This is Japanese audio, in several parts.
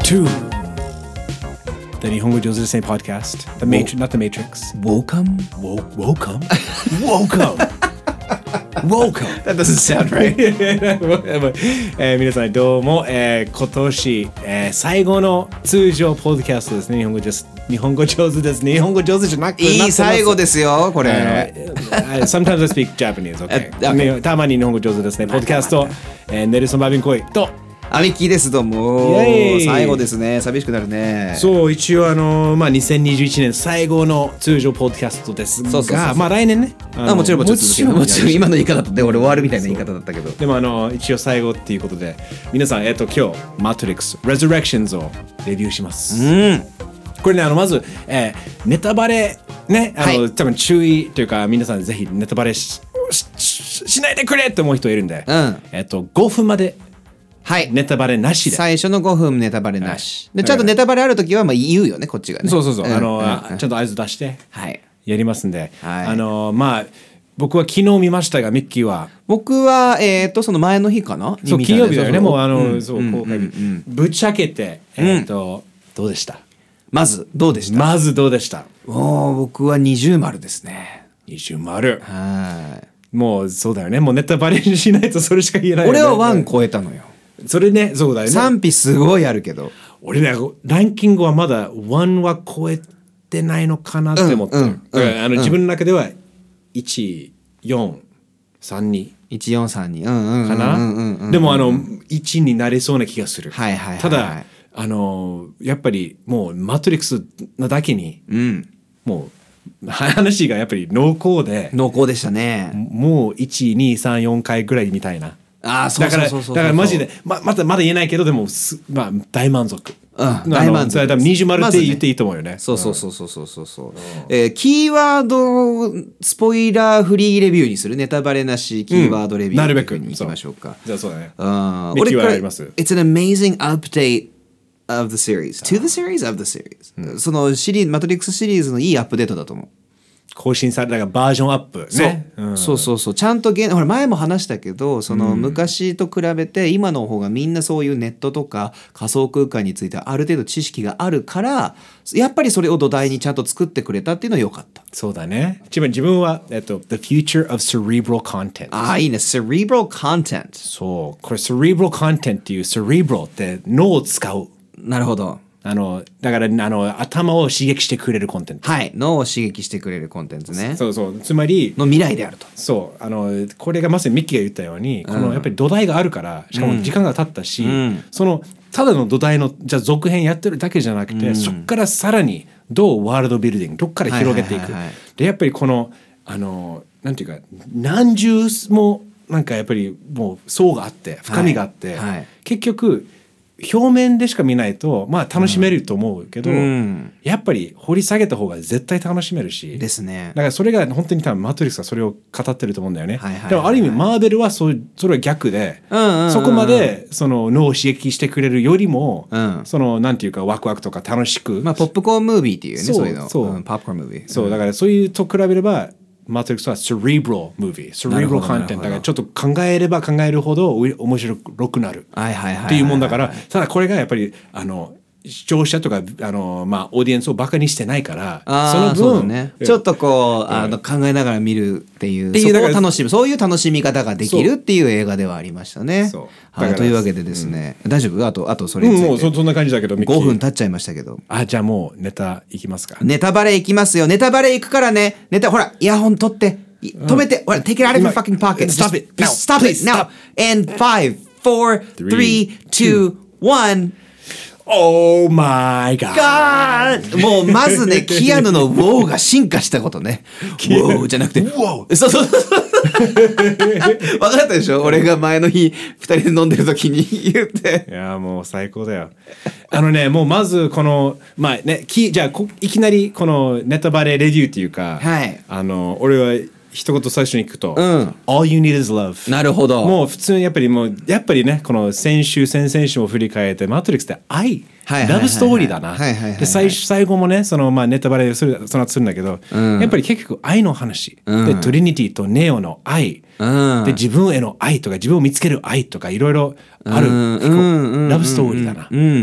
to the 日本語上手ですね podcast. The Matrix, not the Matrix. Welcome? Welcome? Welcome. That doesn't sound right. 皆さんどうも、今年、最後の通常ポッドキャストですね。日本語上手ですね。日本語上手じゃなくていい最後ですよ、これ。 Sometimes I speak Japanese, okay. たまに日本語上手ですね。ポッドキャスト、ネルソン・バービンコイとアミキですどうも。最後ですね。寂しくなるね。 そう、一応2021年最後の通常ポッドキャストですが、 そうまあ来年ね。 もちろんもちろん今の言い方で俺終わるみたいな言い方だったけど。 でも一応最後っていうことで、皆さん今日マトリックス Resurrections をレビューします。これねまず、ネタバレね多分注意というか皆さんぜひネタバレしないでくれって思う人いるんで、5分まで。はい、ネタバレなしで最初の5分ネタバレなし、でちゃんとネタバレあるときはまあ言うよねこっちがね。 そうちゃんと合図出してやりますんで、まあ僕は昨日見ましたがミッキーは僕はその前の日かな。 そう金曜日だよね。もう公開日ぶっちゃけてどうでした。 まずどうでした僕は20丸ですね。 20丸。もうそうだよね。もうネタバレしないとそれしか言えないよね。 俺は1超えたのよ。 それね、そうだよね。 賛否すごいあるけど。 俺ね、ランキングはまだ1は超えてないのかなって思ってる。自分の中では1、4、3、2。 1432 かな。でも1になれそうな気がする。ただやっぱりもうマトリックスなだけに、もう話がやっぱり濃厚でしたね。 もう1、2、3、4回ぐらいみたいな。だからマジでまだ言えないけどでもまあ大満足。大満足。多分20丸って言っていいと思うよね。 そう。キーワードスポイラーフリーレビューにする。ネタバレなしキーワードレビュー。 なるべくに行きましょうか。 じゃあそうだね。 俺から It's an amazing update of the series to the series of the series。そのマトリックスシリーズのいいアップデートだと思う。 更新されたバージョンアップね。 そうちゃんとほら前も話したけどその昔と比べて今の方がみんなそういうネットとか仮想空間についてある程度知識があるからやっぱりそれを土台にちゃんと作ってくれたっていうのは良かった。 そうだね。自分はThe future of cerebral content。 いいね。cerebral content。 そうこれ cerebral content っていう cerebral って脳を使う。なるほど。だから頭を刺激してくれるコンテンツ。はい、 脳を刺激してくれるコンテンツね。 そうつまりの未来であると。 そうこれがまさにミッキーが言ったように、このやっぱり土台があるからしかも時間が経ったし、そのただの土台のじゃあ続編やってるだけじゃなくて、そこからさらにどうワールドビルディングどっから広げていく。でやっぱりこのなんていうか何重もなんかやっぱりもう層があって深みがあって、結局表面でしか見ないとまあ楽しめると思うけど、やっぱり掘り下げた方が絶対楽しめるしですね。 だからそれが本当に多分マトリックスはそれを語ってると思うんだよね。でもある意味マーベルはそれは逆で、そこまでその脳を刺激してくれるよりも、そのなんていうかワクワクとか楽しく、 まあポップコーンムービーっていうね、そういうの。ポップコーンムービー。 そうだからそういうと比べればマトリックスは cerebral movie cerebral content だからちょっと考えれば考えるほど面白くなるっていうもんだから、ただこれがやっぱり視聴者とかまあオーディエンスをバカにしてないからその分ねちょっとこう考えながら見るっていうそこを楽しむそういう楽しみ方ができるっていう映画ではありましたね。というわけでですね、大丈夫？あとそれについてもうそんな感じだけど 5分経っちゃいましたけど、 じゃあもうネタいきますか。 ネタバレいきますよ。ネタバレいくからね。ほらイヤホン取って止めて、ほら take it out of your fucking pocket. Stop it now and 5 4 3 2 1 Oh my god! もうまずね、キアヌの WOW が進化したことね。WOW じゃなくて WOW! そう。分かったでしょ？俺が前の日2人で飲んでる時に言って。 いやもう最高だよ。もうまずこのまあねじゃあいきなりこのネタバレレビューっていうか、俺は一言最初に聞くと、All you need is love。 なるほど。 もう普通にやっぱりねこの先々週も振り返ってマトリックスって愛ラブストーリーだな。で最後もねそのまあネタバレその後するんだけど、やっぱり結局愛の話、でトリニティとネオの愛、で自分への愛とか自分を見つける愛とかいろいろある、ラブストーリーだな。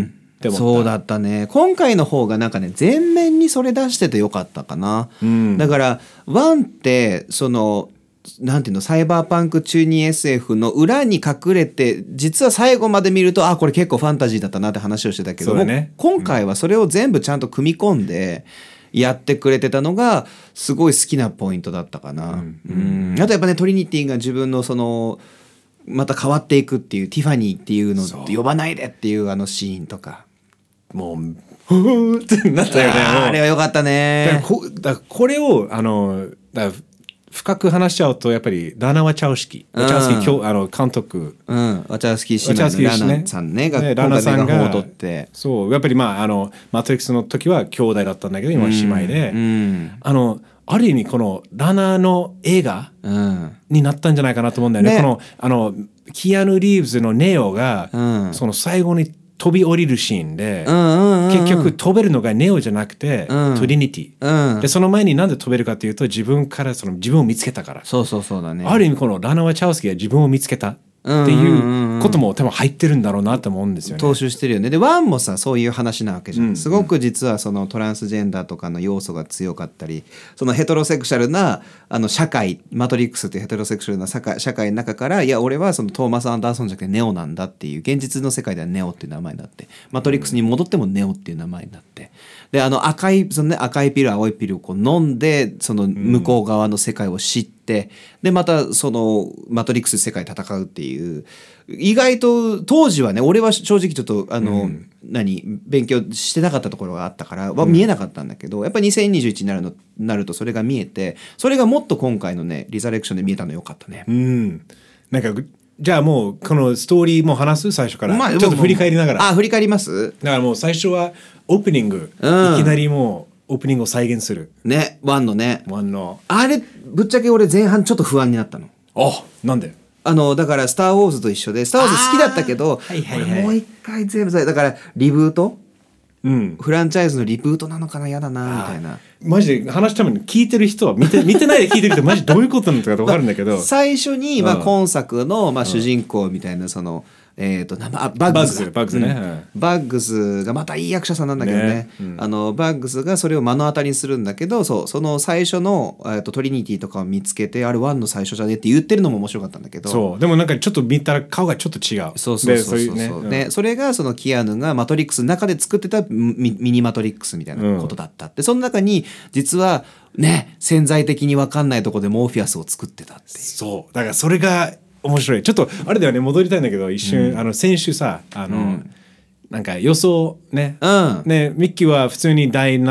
って思った。 そうだったね。今回の方がなんかね全面にそれ出しててよかったかな、だから1ってそのなんていうのサイバーパンク中に SF の裏に隠れて実は最後まで見るとこれ結構ファンタジーだったなって話をしてたけども、ね、今回はそれを全部ちゃんと組み込んでやってくれてたのがすごい好きなポイントだったかな、あとやっぱねトリニティが自分のそのまた変わっていくっていうティファニーっていうのって呼ばないでっていうシーンとかもうふーってなったよね。 あれは良かったね。 だからこれを深く話しちゃうとやっぱりダナ・ワチャウスキー監督、 ワチャウスキー姉妹のラナさんねが今回メガホンを取ってそうやっぱりマトリックスの時は兄弟だったんだけど今は姉妹で、ある意味このラナの映画になったんじゃないかなと思うんだよね。このキアヌ・リーブズのネオが、その最後に飛び降りるシーンで、結局飛べるのがネオじゃなくて、トリニティ、でその前になんで飛べるかというと自分を見つけたから。 そうだね。 ある意味このラナ・ワチャウスキーが自分を見つけたっていうことも多分入ってるんだろうなと思うんですよね。 踏襲してるよね。でワンもさそういう話なわけじゃん、すごく実はそのトランスジェンダーとかの要素が強かったりそのヘトロセクシャルな社会マトリックスっていうヘトロセクシャルな社会の中からいや俺はそのトーマス・アンダーソンじゃなくてネオなんだっていう現実の世界ではネオっていう名前になってマトリックスに戻ってもネオっていう名前になってで赤いピル青いピルをこう飲んでその向こう側の世界を知ってでまたそのマトリックス世界で戦うっていう意外と当時はね俺は正直ちょっと勉強してなかったところがあったから見えなかったんだけどやっぱり2021になるとそれが見えてそれがもっと今回のねリザレクションで見えたのよかったね。 なんかじゃあもうこのストーリーも話す最初から、ちょっと振り返りながら。 振り返ります。 だからもう最初はオープニング、いきなりもうオープニングを再現するねワンのねあれぶっちゃけ俺前半ちょっと不安になったの。 なんでだからスター・ウォーズと一緒でスター・ウォーズ好きだったけどもう一回全部だからリブート、フランチャイズのリブートなのかな嫌だなみたいな。 マジで話しために聞いてる人は見てないで聞いてる人マジどういうことなのか分かるんだけど最初に今作の主人公みたいなそのバッグスがまたいい役者さんなんだけどね、バッグスがそれを目の当たりにするんだけどその最初のトリニティとかを見つけてあれワンの最初じゃねって言ってるのも面白かったんだけどでもなんかちょっと見たら顔がちょっと違うでそれがそのキアヌがマトリックスの中で作ってたミニマトリックスみたいなことだったって、その中に実はね潜在的に分かんないとこでモーフィアスを作ってたっていうそうだからそれが面白い。ちょっとあれだよね戻りたいんだけど一瞬、先週さなんか予想ね、ミッキーは普通に第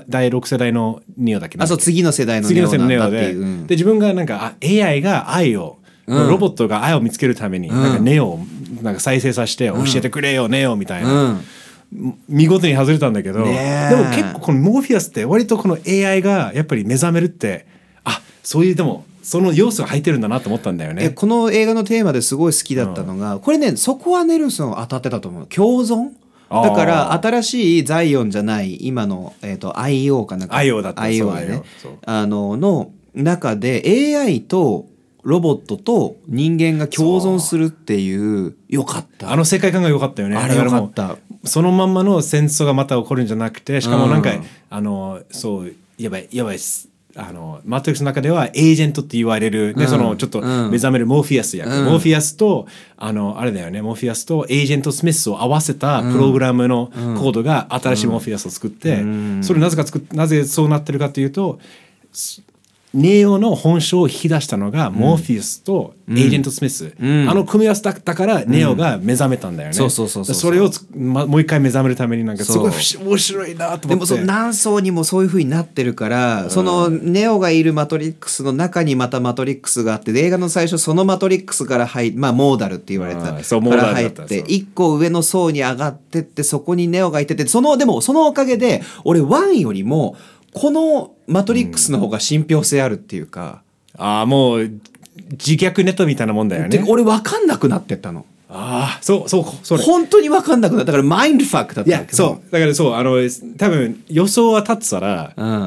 6世代のネオだけど次の世代のネオなんだっていう、 で自分がなんかAI が愛を、ロボットが愛を見つけるために、なんかネオをなんか再生させて教えてくれよ、ネオみたいな、見事に外れたんだけど、でも結構このモーフィアスって割とこの AI がやっぱり目覚めるってそういうでもその要素が入ってるんだなと思ったんだよね。 この映画のテーマですごい好きだったのが、これねそこはネルソン当たってたと思う。共存だから新しいザイオンじゃない今の、IO かなんか IO だった IO だねの中で AI とロボットと人間が共存するっていうよかった世界観がよかったよね。 あれよかった。 そのまんまの戦争がまた起こるんじゃなくてしかもなんか、そうやばいマトリックスの中ではエージェントって言われる、そのちょっと目覚めるモーフィアス役、モーフィアスとあれだよねモーフィアスとエージェントスミスを合わせたプログラムのコードが新しいモーフィアスを作って、それなぜそうなってるかというとネオの本性を引き出したのがモーフィアスとエージェント・スミス、組み合わせだからネオが目覚めたんだよね。それをもう一回目覚めるためになんかすごい面白いなと思って。 でも何層にもそういう風になってるから、そのネオがいるマトリックスの中にまたマトリックスがあって映画の最初そのマトリックスからモーダルって言われたから入って一個上の層に上がってってそこにネオがいててでもそのおかげで俺ワンよりもこのマトリックスの方が信憑性あるっていうか、 もう自虐ネタみたいなもんだよね。 俺分かんなくなってったの。 それ本当に分かんなくなったからマインドファクだったんだけど。 だから多分予想は立ってたら、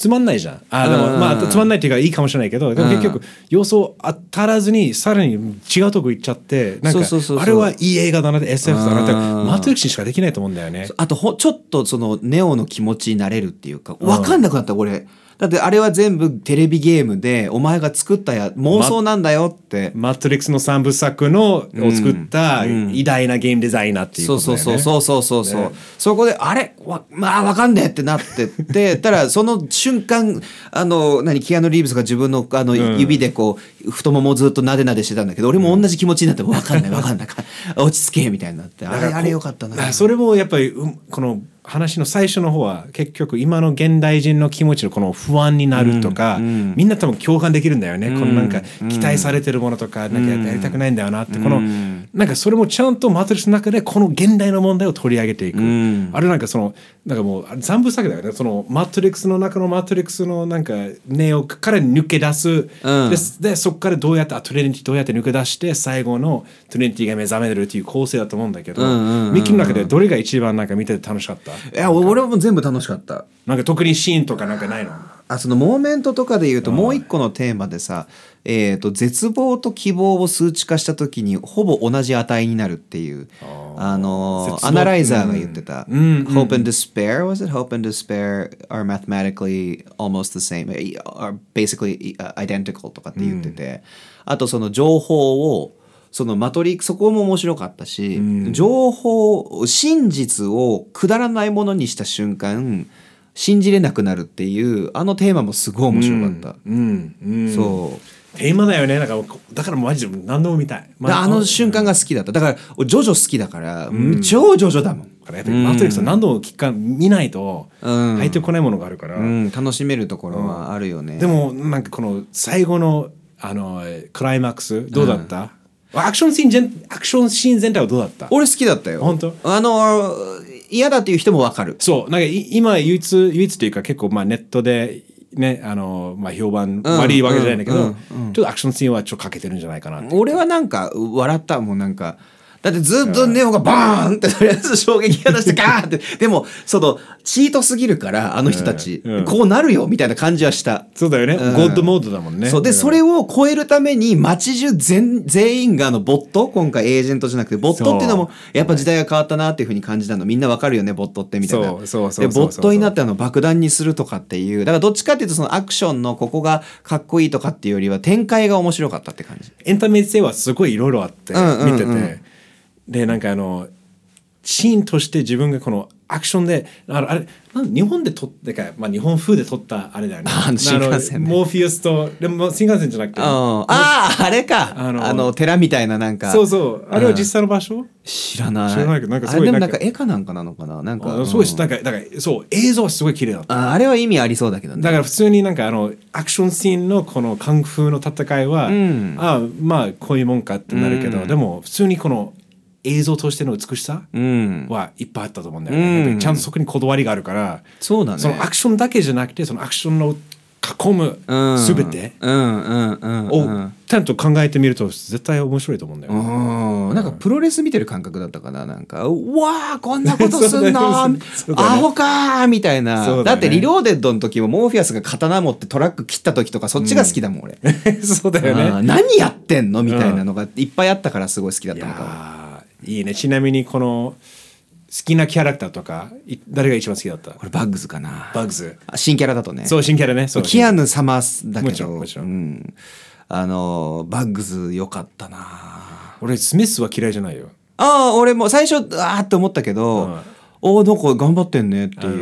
つまんないじゃん。でもまあつまんないっていうかいいかもしれないけど、でも結局要素当たらずにさらに違うとこ行っちゃって、なんかあれはいい映画だなって SF だなってマトリックスにしかできないと思うんだよね。 あとちょっとそのネオの気持ちになれるっていうか、分かんなくなった俺。だってあれは全部テレビゲームでお前が作った妄想なんだよって。 マトリックスの3部作を作った偉大なゲームデザイナーっていうことだよね。 そう、ね、そこであれまあ分かんねえってなってってたらその瞬間キアヌ・リーブスが自分の指でこう太ももをずっとなでなでしてたんだけど、俺も同じ気持ちになって分かんない落ち着けみたいになって、あれよかったな。 それもやっぱりこの話の最初の方は結局今の現代人の気持ちのこの不安になるとか、みんな多分共感できるんだよね、このなんか期待されてるものとかなんかやりたくないんだよなって、このなんかそれもちゃんとマトリックスの中でこの現代の問題を取り上げていく、あれなんかそのなんかもう3部作だよね、そのマトリックスの中のマトリックスのなんかネオから抜け出す、でそこからトリニティどうやって抜け出して最後のトリニティが目覚めるっていう構成だと思うんだけど、ミキの中でどれが一番なんか見てて楽しかった？ いや俺も全部楽しかった。 なんか特にシーンとかなんかないの？ そのモーメントとかで言うともう一個のテーマでさ、絶望と希望を数値化した時にほぼ同じ値になるっていうアナライザーが言ってた、Hope and despair was it? Hope and despair are mathematically almost the same, are basically identical とかって言ってて、あとその情報をそのマトリックス、そこも面白かったし、情報真実をくだらないものにした瞬間信じれなくなるっていうテーマもすごい面白かった、そうテーマだよね。だからマジで何度も見たい、 瞬間が好きだった。だからジョジョ好きだから、超ジョジョだもん。 だからやっぱりマトリックスは何度も見ないと入ってこないものがあるから、 楽しめるところはあるよね、 でもなんかこの最後のクライマックスどうだった？アクションシーン全体はどうだった？ 俺好きだったよ。 本当？ 嫌だっていう人も分かる。 そうなんか今唯一というか結構まあネットでねまあ評判悪いわけじゃないんだけど、ちょっとアクションシーンはちょっと欠けてるんじゃないかなって。 俺はなんか笑ったもん。なんかだってずっとネオがバーンってとりあえず衝撃が出してガーンってでもそのチートすぎるからあの人たち、こうなるよみたいな感じはした。 そうだよね、ゴッドモードだもんね。 そうでそれを超えるために街中全員がボット、今回エージェントじゃなくてボットっていうのもやっぱ時代が変わったなっていう風に感じたの。みんなわかるよねボットってみたいな。でボットになって爆弾にするとかっていう、だからどっちかっていうとそのアクションのここがかっこいいとかっていうよりは展開が面白かったって感じ。 エンタメ性はすごいいろいろあって見てて、でなんかシーンとして自分がこのアクションであれ日本で撮ってか、まあ、日本風で撮ったあれだよね。 新幹線、ね、 モーフィウスとでも新幹線じゃなくてあれか寺みたいななんかそうあれは実際の場所？ 知らないけどなんかすごいでもなんか絵かなんかなのかな、なんかそうです。だからそう映像はすごい綺麗だった。 あれは意味ありそうだけどね。 だから普通になんかアクションシーンのこのカンフーの戦いは、まあこういうもんかってなるけど、でも普通にこの映像としての美しさはいっぱいあったと思うんだよね、やっぱりちゃんとそこにこだわりがあるから、 そうだね、 そのアクションだけじゃなくてそのアクションの囲む全てをちゃんと考えてみると絶対面白いと思うんだよ、 なんかプロレス見てる感覚だったかな。なんかうわーこんなことすんのアホかーみたいな、だってリローデッドの時もモーフィアスが刀持ってトラック切った時とかそっちが好きだもん俺そうだよね、 何やってんのみたいなのがいっぱいあったからすごい好きだったのかも。 いいね。ちなみにこの好きなキャラクターとか誰が一番好きだった？ これバッグズかな。 バッグズ新キャラだとね。 そう新キャラね。そうキアヌ様だけどもちろん、 バッグズ良かったな。 俺スミスは嫌いじゃないよ。 俺も最初って思ったけど、なんか頑張ってんねっていう。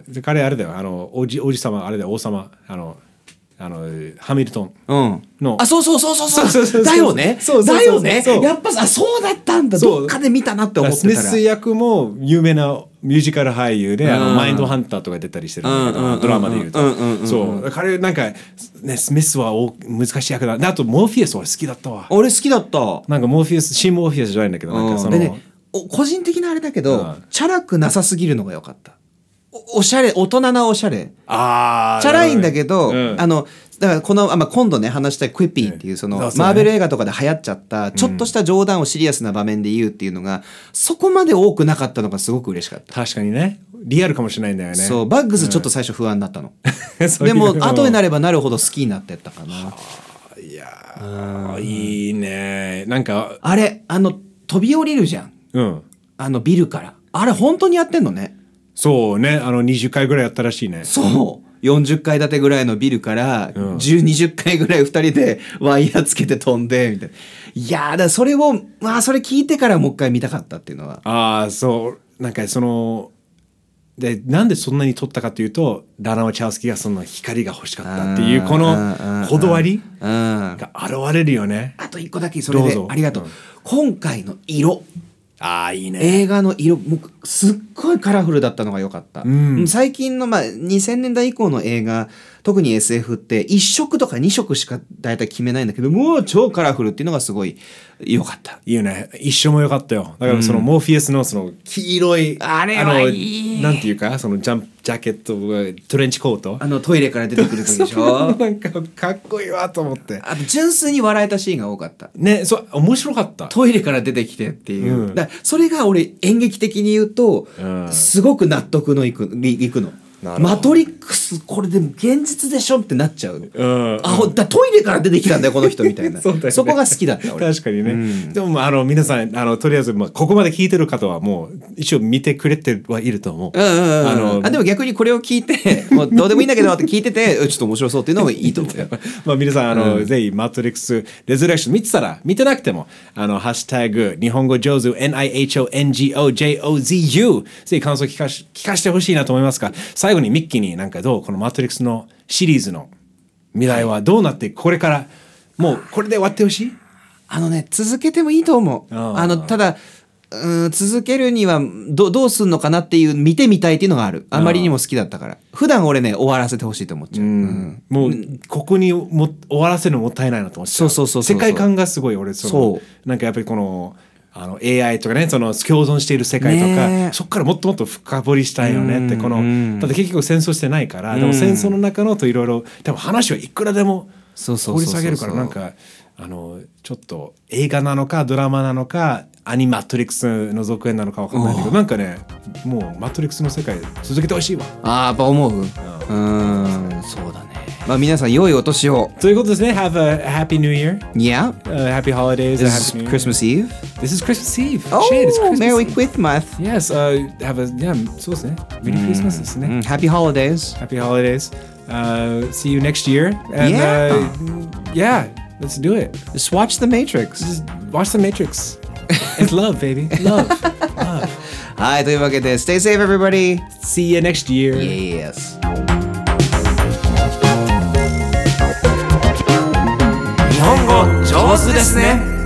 彼あれだよ、王子様あれだよ、王様ハミルトンの、 そうだよねだよね、やっぱそうだったんだ。どっかで見たなって思ってたら。 スミス役も有名なミュージカル俳優でマインドハンターとか出たりしてるんだけど、ドラマで言うとそう彼なんかね、スミスは難しい役だ。あとモーフィアスは好きだったわ。 俺好きだった。 なんかモーフィアス新モーフィアスじゃないんだけど、なんかそのでね、個人的なあれだけど、チャラくなさすぎるのが良かった。おしゃれ、大人なおしゃれ。チャラいんだけど、 だからこの、今度ね話したいクイッピーっていうそのそうそうねマーベル映画とかで流行っちゃったちょっとした冗談をシリアスな場面で言うっていうのがそこまで多くなかったのがすごく嬉しかった。 確かにね、リアルかもしれないんだよね。 そうバッグズちょっと最初不安だったの、 そういうでも後になればなるほど好きになってったかな。 いやーいいね。なんかあれ飛び降りるじゃん、ビルから。あれ本当にやってんのね。 そうね、20回ぐらいやったらしいね。 そう40階建てぐらいのビルから10、20階ぐらい2人でワイヤーつけて飛んでみたいな。いやーだからそれをそれ聞いてからもう一回見たかったっていうのは。 ああそうなんかでなんでそんなに撮ったかというとラナ・ワチャウスキーがその光が欲しかったっていうこのこだわりが現れるよね。 あと一個だけそれでありがとう、今回の色。 いいね。 映画の色もうすっごいカラフルだったのが良かった、最近の2000年代以降の映画特に SF って1色とか2色しか大体決めないんだけどもう超カラフルっていうのがすごい良かった。 いいよね。一緒も良かったよ。だからそのモーフィアスのその黄色いあれはいいなんていうかそのジャケットトレンチコートトイレから出てくる時でしょなんかかっこいいわと思って。 あと純粋に笑えたシーンが多かったね。そう面白かった。 トイレから出てきてっていう、だそれが俺演劇的に言うと、すごく納得のいくの。マトリックスこれでも現実でしょってなっちゃう、トイレから出てきたんだよこの人みたいなそうだよね、 そこが好きだった俺。 確かにね、でも皆さんとりあえずここまで聞いてる方はもう一応見てくれてはいると思う。 でも逆にこれを聞いてもうどうでもいいんだけどって聞いててちょっと面白そうっていうのがいいと思うよ皆さんぜひマトリックスレズレクション見てたら見てなくてもハッシュタグ日本語上手 NIHONGOJOZU ぜひ感想聞かせてほしいなと思いますが、最後にミッキーになんかどうこのマトリックスのシリーズの未来はどうなっていく、これからもうこれで終わってほしい？ 続けてもいいと思う。ただ続けるにはどうすんのかなっていう見てみたいっていうのがある。あまりにも好きだったから。普段俺ね終わらせてほしいと思っちゃう。 もうここに終わらせるのもったいないなと思っちゃう。そう世界観がすごい俺なんかやっぱりこのAI とかねその共存している世界とか、そこからもっともっと深掘りしたいよねってだって結局戦争してないから、でも戦争の中のといろいろ多分話はいくらでも掘り下げるから、なんかちょっと映画なのかドラマなのかアニマトリックスの続編なのか分かんないけど、なんかねもうマトリックスの世界続けてほしいわ。 やっぱ思う。そうだね。皆さん良いお年をということですね。Have a happy new year. Yeah. Happy holidays. This is Christmas Eve. This is Christmas Eve. Oh, Shit, it's Christmas Merry Eve. Christmas. Yes. Have a そうですね。Merry Christmas ですね。 Happy holidays. Happy holidays. See you next year. And yeah, let's do it. Just watch The Matrix. Just watch The Matrix. It's love, baby. Love. はい、というわけで Stay safe, everybody. See you next year. Yes. 日本語上手ですね。